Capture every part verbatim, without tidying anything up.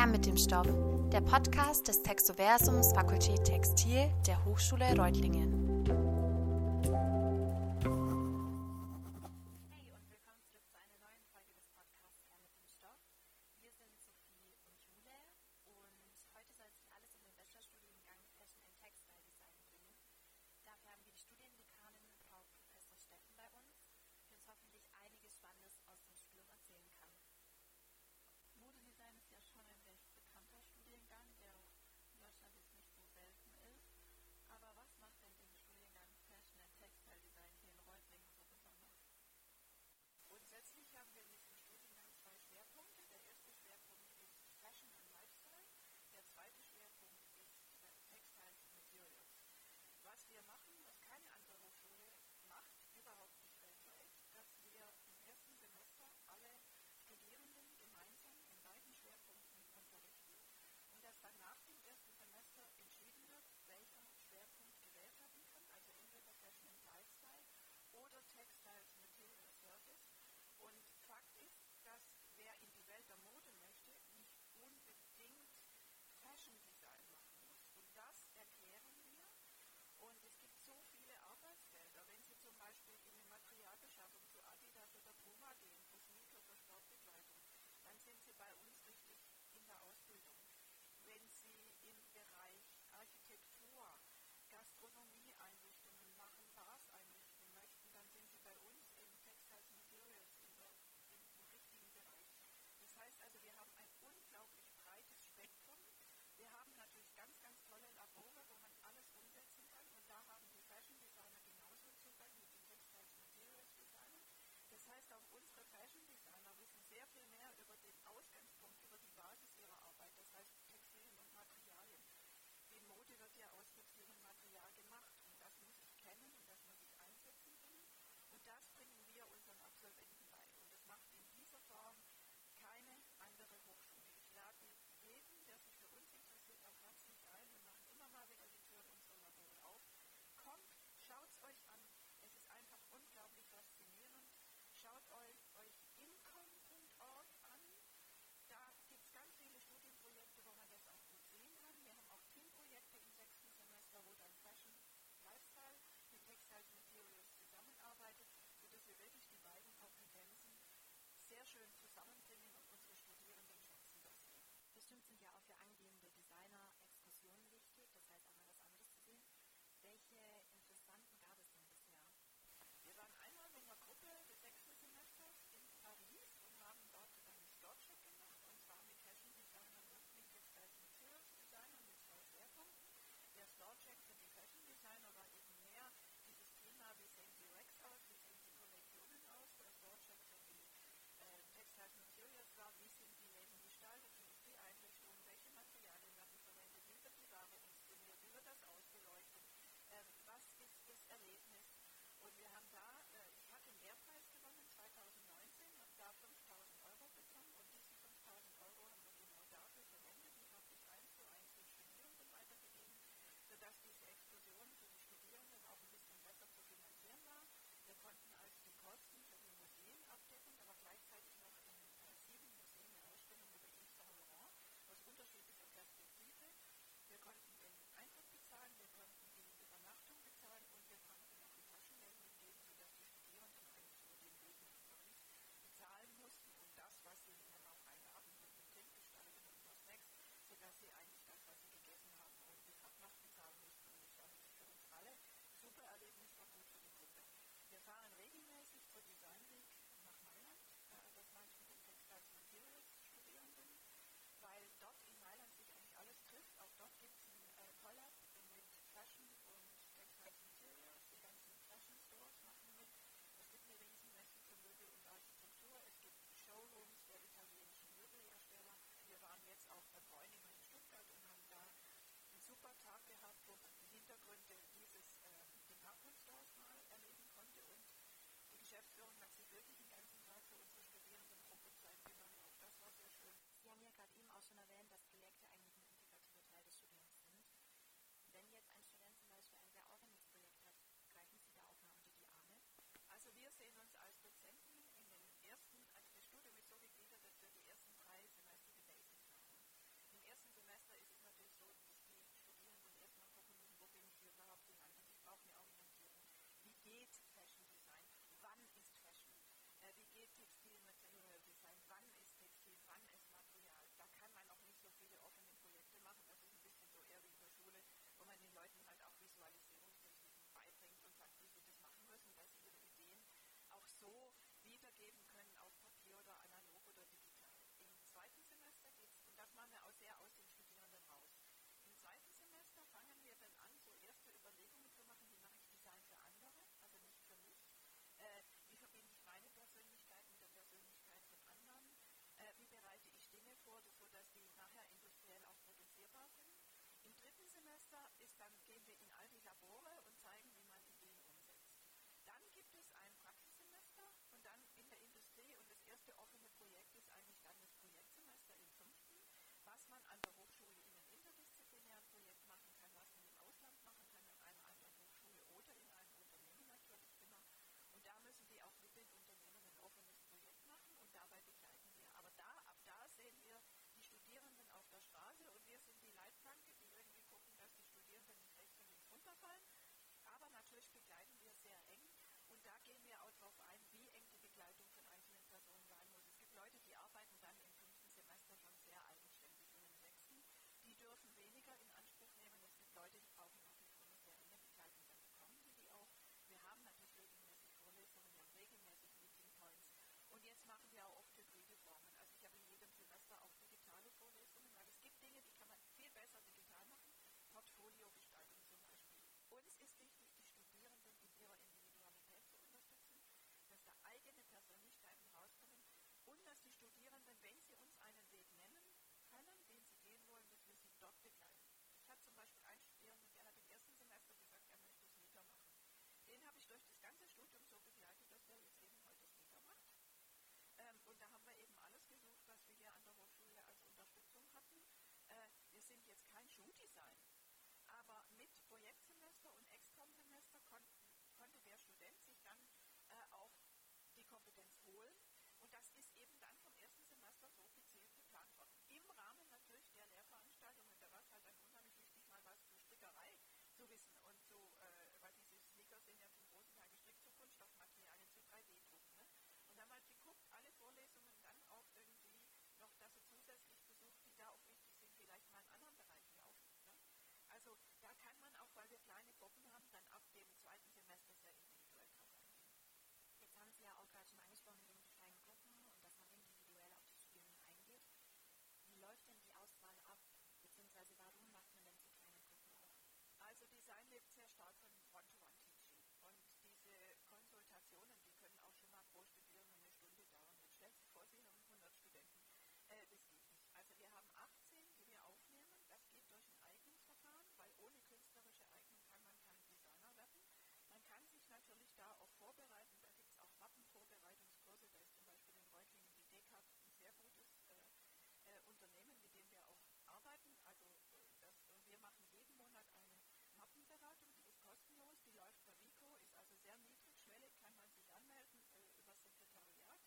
Her mit dem Stoff, der Podcast des Textoversums Fakultät Textil der Hochschule Reutlingen. Hey und willkommen zurück zu einer neuen Folge des Podcasts Her mit dem Stoff. Wir sind Sophie und Jule und heute soll sich alles um den Bachelorstudiengang Fashion and Textile Design drehen. Dafür haben wir die Studiendekanin Frau Professor Steffen bei uns, die uns hoffentlich einiges Spannendes aus dem Studium erzählen kann. Modedesign ist ja schon ein recht bekannter Studiengang, der auch in Deutschland jetzt nicht so selten ist. Aber was macht denn den Studiengang Fashion and Textile Design hier in Reutlingen so besonders? Grundsätzlich haben wir in diesem Studiengang zwei Schwerpunkte. Der erste Schwerpunkt ist Fashion and Lifestyle. Der zweite Schwerpunkt ist Textiles and Materials. Was wir machen, was keine andere Hochschule macht, überhaupt nicht weltweit, dass wir im ersten Semester alle Studierenden gemeinsam in beiden Schwerpunkten unterrichten und dass dann nach dem ersten Semester entschieden wird, welcher Schwerpunkt gewählt werden kann, also entweder Fashion and Lifestyle oder Textiles Material Service. Und Fakt ist, dass wer in die Welt der Mode möchte, nicht unbedingt Fashion Design machen muss. Und das erklären wir. Und es gibt so viele Arbeitsfelder. Wenn Sie zum Beispiel in eine Materialbeschaffung zu Adidas oder Puma gehen, für Sneaker, für Sportbekleidung, dann sind Sie bei uns richtig in der Ausbildung. Wenn Sie im Bereich Architektur, Gastronomie Einrichtungen machen, Bars einrichten möchten, dann sind Sie bei uns in Textiles Materials in der, im richtigen Bereich. Das heißt also, wir haben ein unglaublich breites Spektrum. Wir haben natürlich ganz, ganz tolle Labore, wo man alles umsetzen kann. Und da haben die Fashion Designer genauso Zugang wie die Textiles Materials Designer. Das heißt, auch unsere Fashion Designer wissen sehr viel mehr über den Ausgangspunkt, über die Basis ihrer Arbeit. Das heißt Textilien und Materialien. Die Mode wird ja aus textilem Material gemacht. Und das muss ich kennen und das muss ich einsetzen können. Und das bringen wir unseren Absolventen bei. Und das macht in dieser Form keine andere Hochschule. Ich lade jeden, der sich für uns interessiert, auch herzlich ein. Wir machen immer mal wieder die Türen unserer Labore auf. Kommt, schaut es euch an. Es ist einfach unglaublich faszinierend. Schaut euch, euch incom punkt org an. Da gibt es ganz viele Studienprojekte, wo man das auch gut sehen kann. Wir haben auch Teamprojekte im sechsten Semester, wo dann Fashion Lifestyle mit Textiles Materials zusammenarbeitet, sodass wir wirklich die beiden Kompetenzen sehr schön zusammenbringen und unsere Studierenden schätzen das sehr. Bestimmt sind ja auch für angehende Designer Exkursionen wichtig, das heißt auch mal was anderes zu sehen. Welche interessanten gab es denn bisher? Wir waren einmal mit einer Gruppe des sechsten Semesters in Paris und haben dort einen Store-Check gemacht, und zwar mit Fashion Designern und mit Textiles Materials Designern mit zwei Schwerpunkten. Der Store-Check für die Fashion Designer war eben mehr dieses Thema, wie sehen die Racks aus, wie sehen die Kollektionen aus. Der Store-Check für die äh, Textiles Materials war, wie sind die Läden gestaltet, wie ist die Einrichtung, welche Materialien werden verwendet, wie wird die Ware inszeniert, wie wird das ausgeleuchtet, äh, was ist das Erlebnis. Und wir haben da, äh, ich hatte den Lehrpreis gewonnen zweitausendneunzehn, habe da fünftausend Euro bekommen und diese fünftausend Euro haben wir genau dafür verwendet. Die habe ich eins zu eins den Studierenden weitergegeben, sodass diese Exkursion für die Studierenden auch ein bisschen besser zu finanzieren war. Wir konnten also die Kosten für die Museen abdecken, aber gleichzeitig noch in äh, sieben Museen eine Ausstellung über Yves Saint Laurent aus unterschiedlicher Perspektive. Wir konnten den Eintritt bezahlen, wir konnten die Übernachtung bezahlen und wir konnten noch ein Taschengeld mitgeben, sodass die Studierenden eigentlich nur den Weg nach Paris bezahlen mussten und das, was sie dann auch einladen mit dem Trinkgestalten und was Snacks, sodass sie eigentlich das, was sie gegessen haben, und bis Abnacht bezahlen mussten. Und das war natürlich für uns alle ein super Erlebnis, war gut für die Gruppe. Wir fahren regelmäßig zur Design Week nach Mailand. Äh, das mache ich mit den Textiles Materials Studierenden, weil dort in Mailand sich eigentlich alles trifft. Auch dort gibt es ein äh, Collab mit Fashion und Textiles Materials. Die ganzen Fashion Stores machen mit. Es gibt eine Riesenmesse für Möbel und Architektur. Es gibt Showrooms der italienischen Möbelhersteller. Wir waren jetzt auch bei Bräuninger in Stuttgart und haben da einen super Tag gehabt, wo man die Hintergründe dieses äh, Department Stores mal erleben konnte. Und die Geschäftsführung hat sich wirklich den ganzen Tag für unsere Studierendengruppe Zeit genommen. Auch das war sehr schön. Sie haben ja gerade eben auch schon erwähnt, dass Projekte eigentlich ein integrativer Teil des Studiums sind. Wenn jetzt ein Student zum Beispiel ein sehr aufwendiges Projekt hat, greifen Sie da auch mal unter die Arme? Also wir sehen uns als Dozenten in den ersten, also das Studium ist so gegliedert, dass wir die ersten drei Semester die Basics machen. so wiedergeben können auf Papier oder analog oder digital. Im zweiten Semester geht es, und das machen wir auch sehr aus den Studierenden raus, im zweiten Semester fangen wir dann an, so erste Überlegungen zu machen, wie mache ich Design für andere, also nicht für mich, äh, wie verbinde ich meine Persönlichkeit mit der Persönlichkeit von anderen, äh, wie bereite ich Dinge vor, sodass die nachher industriell auch produzierbar sind. Im dritten Semester ist dann, gehen wir in all die Labore und zeigen, wie man Ideen umsetzt. Dann gibt es ein Praxissemester und dann in der Industrie, und das erste offene Projekt ist eigentlich dann das Projektsemester im fünften, was man an der Hochschule in einem interdisziplinären Projekt machen kann, was man im Ausland machen kann, an einer anderen Hochschule oder in einem Unternehmen natürlich immer. Und da müssen die auch mit den Unternehmen ein offenes Projekt machen und dabei begleiten wir. Aber da, ab da sehen wir die Studierenden auf der Straße und wir sind die Leitplanke, die irgendwie gucken, dass die Studierenden nicht rechts und links runterfallen. Aber natürlich begleiten wir sehr eng und da gehen wir auch darauf ein, wie eng die Begleitung von einzelnen Personen sein muss. Es gibt Leute, die arbeiten dann im fünften Semester schon sehr eigenständig und im sechsten, die dürfen weniger in Anspruch nehmen. Es gibt Leute, die brauchen nach wie vor eine sehr enge Begleitung, dann bekommen sie die auch. Wir haben natürlich regelmäßig Vorlesungen, wir haben regelmäßig Meeting Points und jetzt machen wir auch oft hybride Formen. Also ich habe in jedem Semester auch digitale Vorlesungen, weil es gibt Dinge, die kann man viel besser digital machen, Portfoliogestaltung zum Beispiel. Uns ist wichtig, die Studierenden in ihrer Individualität zu unterstützen, dass da eigene Persönlichkeiten rauskommen und dass die Studierenden, wenn sie uns einen Weg nennen können, den sie gehen wollen, dass wir sie dort begleiten. Ich hatte zum Beispiel einen Studierenden, der hat im ersten Semester gesagt, er möchte das Mieter machen. Den habe ich durch das ganze Studium so begleitet, dass der jetzt eben heute das Mieter macht. Ähm, und da haben wir eben alles gesucht, was wir hier an der Hochschule als Unterstützung hatten. Äh, wir sind jetzt kein Schuhdesign, aber mit Projektsemester und Externsemester konnten, konnte der Student sich dann äh, auch die Kompetenz holen. Und das ist eben dann vom ersten Semester so gezielt geplant worden. Im Rahmen natürlich der Lehrveranstaltungen, da war es halt dann unheimlich wichtig, mal was zur Strickerei zu wissen und so, äh, weil diese Sneaker sind ja zum großen Teil gestrickt zu Kunststoffmaterialien, zu drei D-Druck. Ne? Und haben halt geguckt, alle Vorlesungen dann auch irgendwie noch, dass sie zusätzlich besucht, die da auch wichtig sind, vielleicht mal in anderen Bereichen laufen. Ne? Also da kann man auch, weil wir kleine Gruppen haben, dann ab dem zweiten Semester sehr individuell drauf eingehen. Jetzt haben Sie ja auch gerade schon angesprochen, eben die kleinen Gruppen und dass man individuell auf die Studierenden eingeht. Wie läuft denn die Auswahl ab? Beziehungsweise warum macht man denn so kleine Gruppen auch? Also Design lebt sehr stark von One-to-One-Teaching. Und diese Konsultationen, die können auch schon mal pro Studierende eine Stunde dauern. Jetzt stellen Sie vor, Sie haben hundert Studenten. Äh, das geht nicht. Also wir haben achtzehn, die wir aufnehmen. Das geht durch ein Eignungsverfahren, weil ohne künstlerische Eignung kann man kein Designer werden. Man kann sich natürlich da auch vorbereiten. Da gibt es auch Wappenvorbereitungskurse. Da ist zum Beispiel in Reutlingen die D K ein sehr gutes äh, äh, Unternehmen, mit dem wir auch arbeiten. Also äh, das, und wir machen jeden Monat eine Mappenberatung, die ist kostenlos, die läuft bei Vico, ist also sehr niedrigschwellig, kann man sich anmelden äh, über Sekretariat.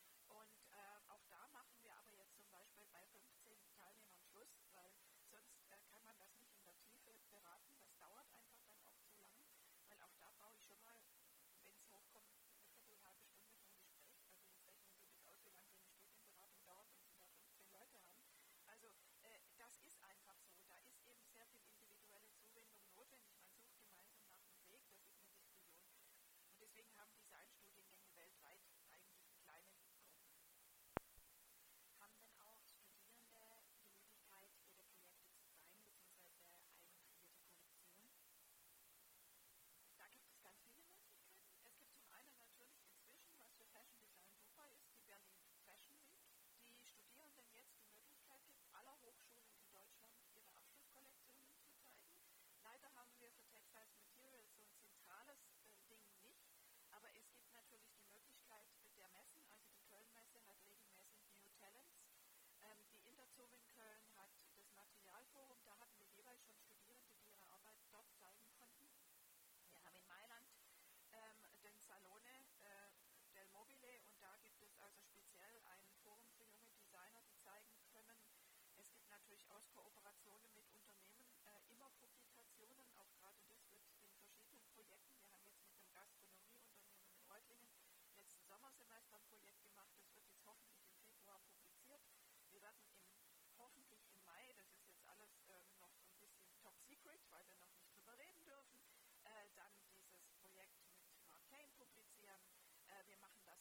Und äh, auch da machen wir aber jetzt zum Beispiel bei fünfzehn Teilnehmern Schluss, weil sonst äh, kann man das nicht in der Tiefe beraten. Das dauert einfach dann auch zu lang, weil auch da brauche ich schon mal, wenn es hochkommt, eine Viertel, halbe Stunde vom Gespräch. Also jetzt rechnen Sie das aus, wie lange so eine Studienberatung dauert, wenn Sie da fünfzehn Leute haben. Also äh, das ist einfach so. Da ist eben sehr viel individuelle Zuwendung notwendig. Man sucht gemeinsam nach einem Weg, das ist eine Diskussion. Und deswegen haben Designstudiengänge weltweit eigentlich kleine Gruppen. Haben denn auch Studierende die Möglichkeit, ihre Projekte zu zeigen, beziehungsweise eigene kreierte Kollektionen? Da gibt es ganz viele Möglichkeiten. Es gibt zum einen natürlich inzwischen, was für Fashion Design super ist, die Berlin Fashion Week, die Studierenden jetzt die Möglichkeit gibt, aller Hochschulen in Deutschland ihre Abschlusskollektionen zu zeigen. Leider haben wir für Textiles Materials so ein zentrales äh, Ding nicht, aber es gibt natürlich die Möglichkeit der Messen, also die Köln-Messe hat regelmäßig New Talents, ähm, die Interzum in Köln hat das Materialforum, da hatten wir jeweils schon Studierende, die ihre Arbeit dort zeigen konnten. Wir haben in Mailand ähm, den Salone äh, del Mobile und da gibt es also speziell ein Forum für junge Designer, die zeigen können. Es gibt natürlich aus Kooperationen mit Unternehmen äh, immer Publikationen, auch gerade das wird in verschiedenen Projekten. Wir haben jetzt mit einem Gastronomieunternehmen in Reutlingen letzten Sommersemester ein Projekt gemacht, das wird jetzt hoffentlich im Februar publiziert. Wir werden im, hoffentlich im Mai, das ist jetzt alles ähm, noch ein bisschen top secret, weil wir noch nicht drüber reden dürfen, äh, dann dieses Projekt mit Mark Kane publizieren. Äh, wir machen das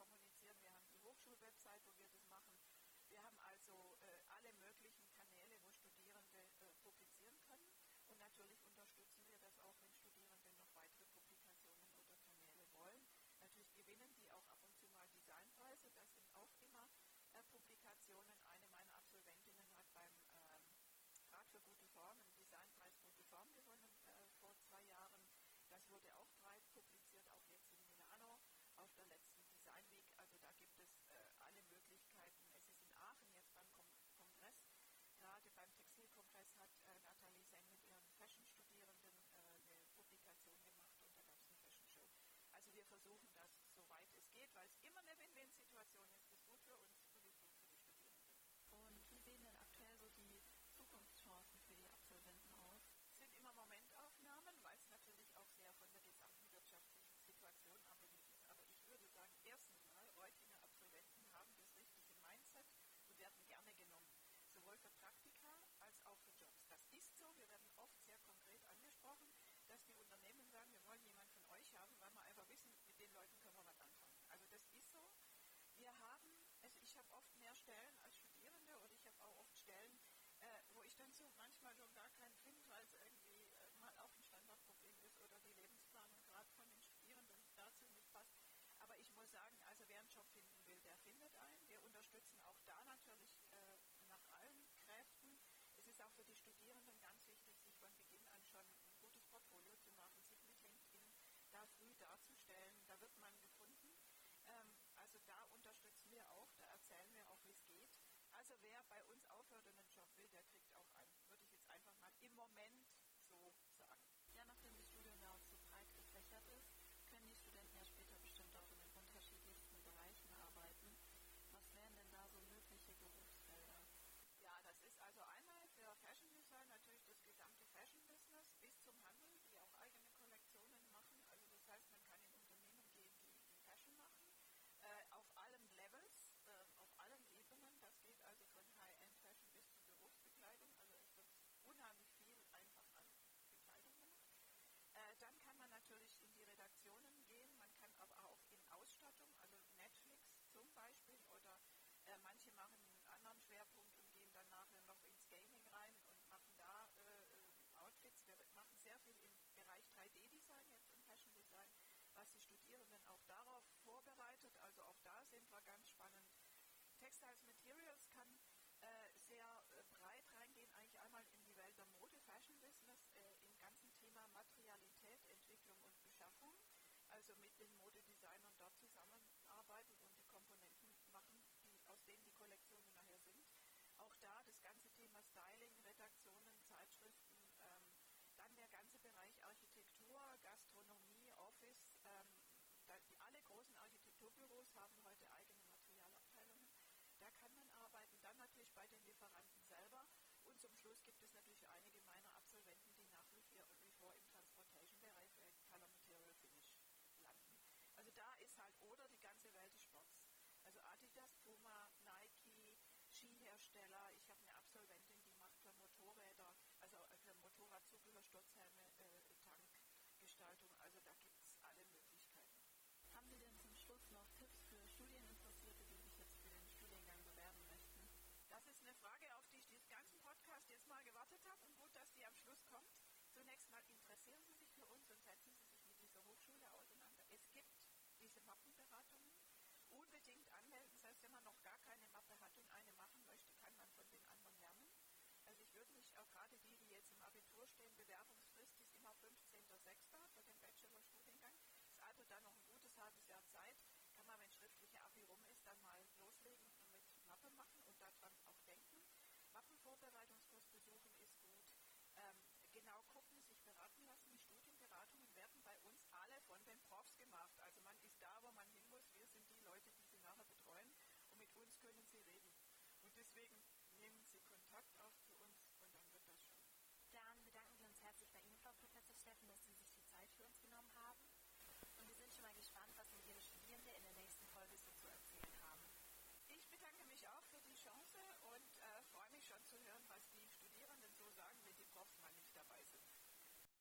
kommunizieren. Wir haben die Hochschulwebsite, wo wir das machen. Wir haben also äh, alle möglichen Kanäle, wo Studierende äh, publizieren können. Und natürlich unterstützen wir das auch, wenn Studierende noch weitere Publikationen oder Kanäle wollen. Natürlich gewinnen die auch ab und zu mal Designpreise. Das sind auch immer äh, Publikationen. Eine meiner Absolventinnen hat beim ähm, Rat für gute Form einen Designpreis Gute Form gewonnen äh, vor zwei Jahren. Das wurde auch breit publiziert, auch jetzt in Milano auf der letzten Design Week. Also da gibt es äh, alle Möglichkeiten. Es ist in Aachen jetzt beim Kom- Kongress. Gerade beim Textilkongress hat äh, Nathalie Seng mit ihren Fashion-Studierenden äh, eine Publikation gemacht und da gab es eine Fashion-Show. Also wir versuchen das, soweit es geht, weil es immer eine Win-Win-Situation ist. Das ist gut für uns und ist gut für die Studierenden. Und wie sehen denn aktuell so die Zukunftschancen für die Absolventen aus? Es sind immer Momentaufnahmen, weil es natürlich auch sehr von der gesamten wirtschaftlichen Situation abhängig ist. Aber ich würde sagen, erstens mal, heutige Absolventen haben das richtige Mindset und werden gerne genommen. Sowohl für Praktika als auch für Jobs. Das ist so. Wir werden oft sehr konkret angesprochen, dass die Unternehmen sagen, wir wollen jemanden von euch haben, weil wir einfach wissen, mit den Leuten können wir was anfangen. Also das ist so. Wir haben, also ich habe oft mehr Stellen als Studierende oder ich habe auch oft Stellen, äh, wo ich dann so manchmal schon gar keinen finde, weil es irgendwie äh, mal auch ein Standortproblem ist oder die Lebensplanung gerade von den Studierenden dazu nicht passt. Aber ich muss sagen, also wer einen Job finden will, der findet einen. Wir unterstützen auch da natürlich äh, nach allen Kräften. Es ist auch für die Studierenden ganz wichtig, sich von Beginn an schon ein gutes Portfolio zu machen, sich mit LinkedIn da früh darzustellen. Da wird man gefunden. Ähm, also da unterstützen wir auch, da erzählen wir auch, wie es geht. Also wer bei uns aufhört und einen Job will, der kriegt auch einen, würde ich jetzt einfach mal im Moment so sagen. Ja, nachdem das Studium ja auch so breit gefächert ist, können die Studenten ja später bestimmt auch in den unterschiedlichsten Bereichen arbeiten. Was wären denn da so mögliche Berufsfelder? Ja, das ist also einmal für Fashion Design natürlich das gesamte Fashion Business bis zum Handel, die auch eigene Kollektionen machen. Also das heißt, man kann in Unternehmen gehen, die, die Fashion machen, äh, auf allen Levels, äh, auf allen Ebenen. Das geht also von High-End-Fashion bis zur Berufsbekleidung. Also es wird unheimlich viel einfach an Bekleidung gemacht. Äh, dann kann man natürlich in die Redaktionen gehen, man kann aber auch in Ausstattung, also Netflix zum Beispiel oder äh, manche machen einen anderen Schwerpunkt und gehen dann nachher noch ins Gaming rein und machen da äh, Outfits. Wir machen sehr viel im Bereich drei D Design, jetzt im Fashion Design, was die Studierenden auch darauf vorbereitet. Also auch da sind wir ganz spannend. Textiles Materials kann äh, sehr äh, breit reingehen, eigentlich einmal in die Welt der Mode, Fashion Business, äh, im ganzen Thema Materialität, Entwicklung und Beschaffung. Also mit den Modedesignern dort zusammenarbeiten und die Komponenten machen, die, aus denen die Kollektionen nachher sind. Auch da das ganze Thema Styling, Redaktionen, Zeitschriften, ähm, dann der ganze Bereich Architektur, Gastronomie, Office. Ähm, da, die, alle großen Architekturbüros haben heute eigene Materialabteilungen. Da kann man arbeiten. Dann natürlich bei den Lieferanten selber. Und zum Schluss gibt es natürlich einige meiner Absolventen, die nach wie vor im Transportation-Bereich für Color Material Finish landen. Also da ist halt, oder die ganze Welt des Sports. Also Adidas, Puma, Nike, Skihersteller. Ich habe eine Absolventin, die macht für Motorräder, also für Motorradzubehör, Sturzhelme, äh, Tankgestaltung. Also da gibt es alle Möglichkeiten. Haben Sie denn zum Schluss noch Tipps für Studieninteressierte, die sich jetzt für den Studiengang bewerben möchten? Das ist eine Frage, auf die ich diesen ganzen Podcast jetzt mal gewartet habe und gut, dass die am Schluss kommt. Zunächst mal interessieren Sie sich für uns und setzen Sie sich mit dieser Hochschule auseinander. Es gibt diese Mappenberatungen. Unbedingt anmelden. Das heißt, wenn man noch gar keine Mappe hat und eine machen möchte, kann man von den anderen lernen. Also ich würde mich auch gerade die, die jetzt im Abitur stehen, Bewerbungsfrist ist immer fünfzehnter sechster für den Bachelorstudiengang. Ist also dann noch ein gutes halbes Jahr Zeit. Kann man, wenn schriftliche Abi rum ist, dann mal loslegen und mit Mappe machen und daran auch denken. Mappenvorbereitungskurs besuchen ist gut. Ähm, genau gucken, sich beraten lassen. Die Studienberatungen werden bei uns alle von den Profs gemacht. Also man ist da, wo man hin muss. Wir sind die Leute, die Sie nachher betreuen und mit uns können Sie reden. Und deswegen nehmen Sie Kontakt auf zu uns und dann wird das schon. Dann bedanken wir uns herzlich bei Ihnen, Frau Professor Steffen, dass Sie sich die Zeit für uns genommen haben. Und wir sind schon mal gespannt, was Ihnen Ihre Studierende in der nächsten Folge so zu erzählen haben. Ich bedanke mich auch für die Chance und äh, freue mich schon zu hören, was die Studierenden so sagen, wenn die Profs